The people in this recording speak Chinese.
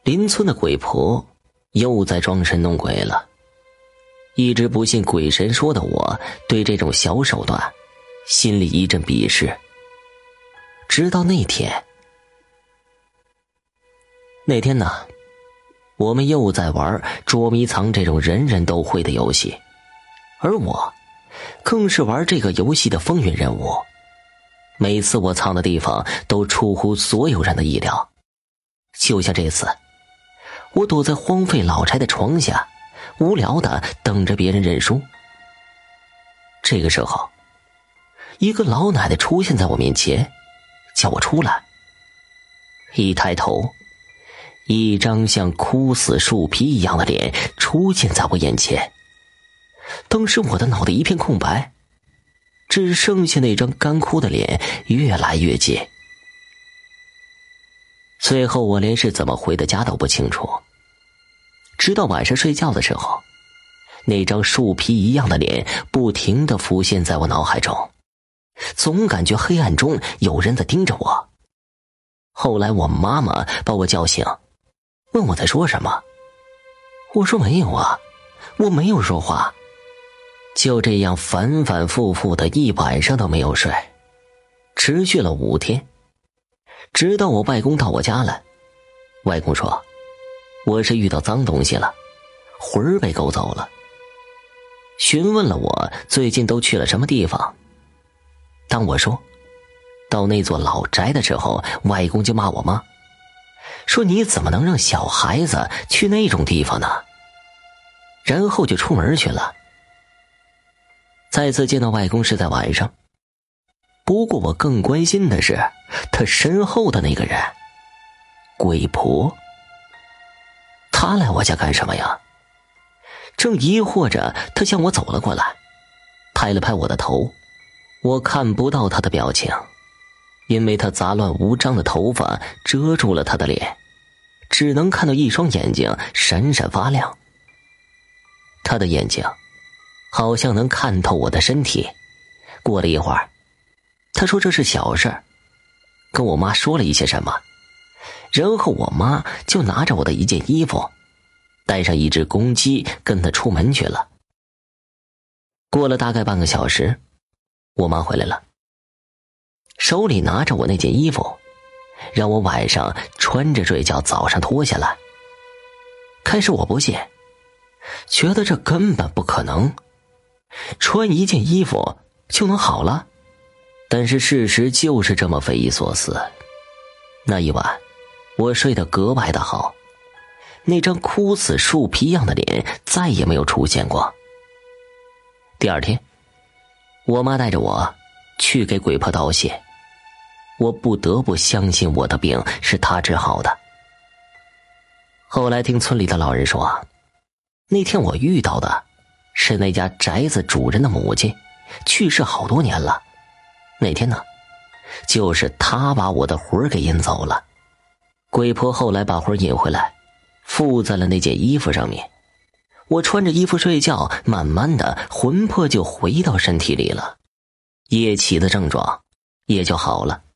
邻村的鬼婆又在装神弄鬼了。一直不信鬼神说的我，对这种小手段心里一阵鄙视。直到那天呢，我们又在玩捉迷藏这种人人都会的游戏，而我更是玩这个游戏的风云人物。每次我藏的地方都出乎所有人的意料，就像这次，我躲在荒废老宅的床下，无聊地等着别人认输。这个时候，一个老奶奶出现在我面前，叫我出来。一抬头，一张像枯死树皮一样的脸出现在我眼前。当时我的脑袋一片空白，只剩下那张干枯的脸越来越近。最后我连是怎么回的家都不清楚，直到晚上睡觉的时候，那张树皮一样的脸不停地浮现在我脑海中，总感觉黑暗中有人在盯着我。后来我妈妈把我叫醒，问我在说什么。我说没有啊，我没有说话。就这样反反复复的一晚上都没有睡，持续了5天，直到我外公到我家来。外公说我是遇到脏东西了，魂儿被勾走了。询问了我最近都去了什么地方。当我说到那座老宅的时候，外公就骂我妈，说你怎么能让小孩子去那种地方呢？然后就出门去了。再次见到外公是在晚上，不过我更关心的是他身后的那个人，鬼婆。她来我家干什么呀？正疑惑着，她向我走了过来，拍了拍我的头。我看不到她的表情，因为她杂乱无章的头发遮住了她的脸，只能看到一双眼睛闪闪发亮。她的眼睛好像能看透我的身体。过了一会儿，她说这是小事，跟我妈说了一些什么，然后我妈就拿着我的一件衣服，带上一只公鸡跟她出门去了。过了大概半个小时，我妈回来了，手里拿着我那件衣服，让我晚上穿着睡觉，早上脱下来。开始我不信，觉得这根本不可能，穿一件衣服就能好了。但是事实就是这么匪夷所思。那一晚我睡得格外的好，那张枯死树皮一样的脸再也没有出现过。第二天，我妈带着我去给鬼婆道谢，我不得不相信我的病是她治好的。后来听村里的老人说，那天我遇到的是那家宅子主人的母亲，去世好多年了。那天呢，就是她把我的魂儿给引走了。鬼婆后来把魂儿引回来，附在了那件衣服上面。我穿着衣服睡觉，慢慢的魂魄就回到身体里了，夜起的症状也就好了。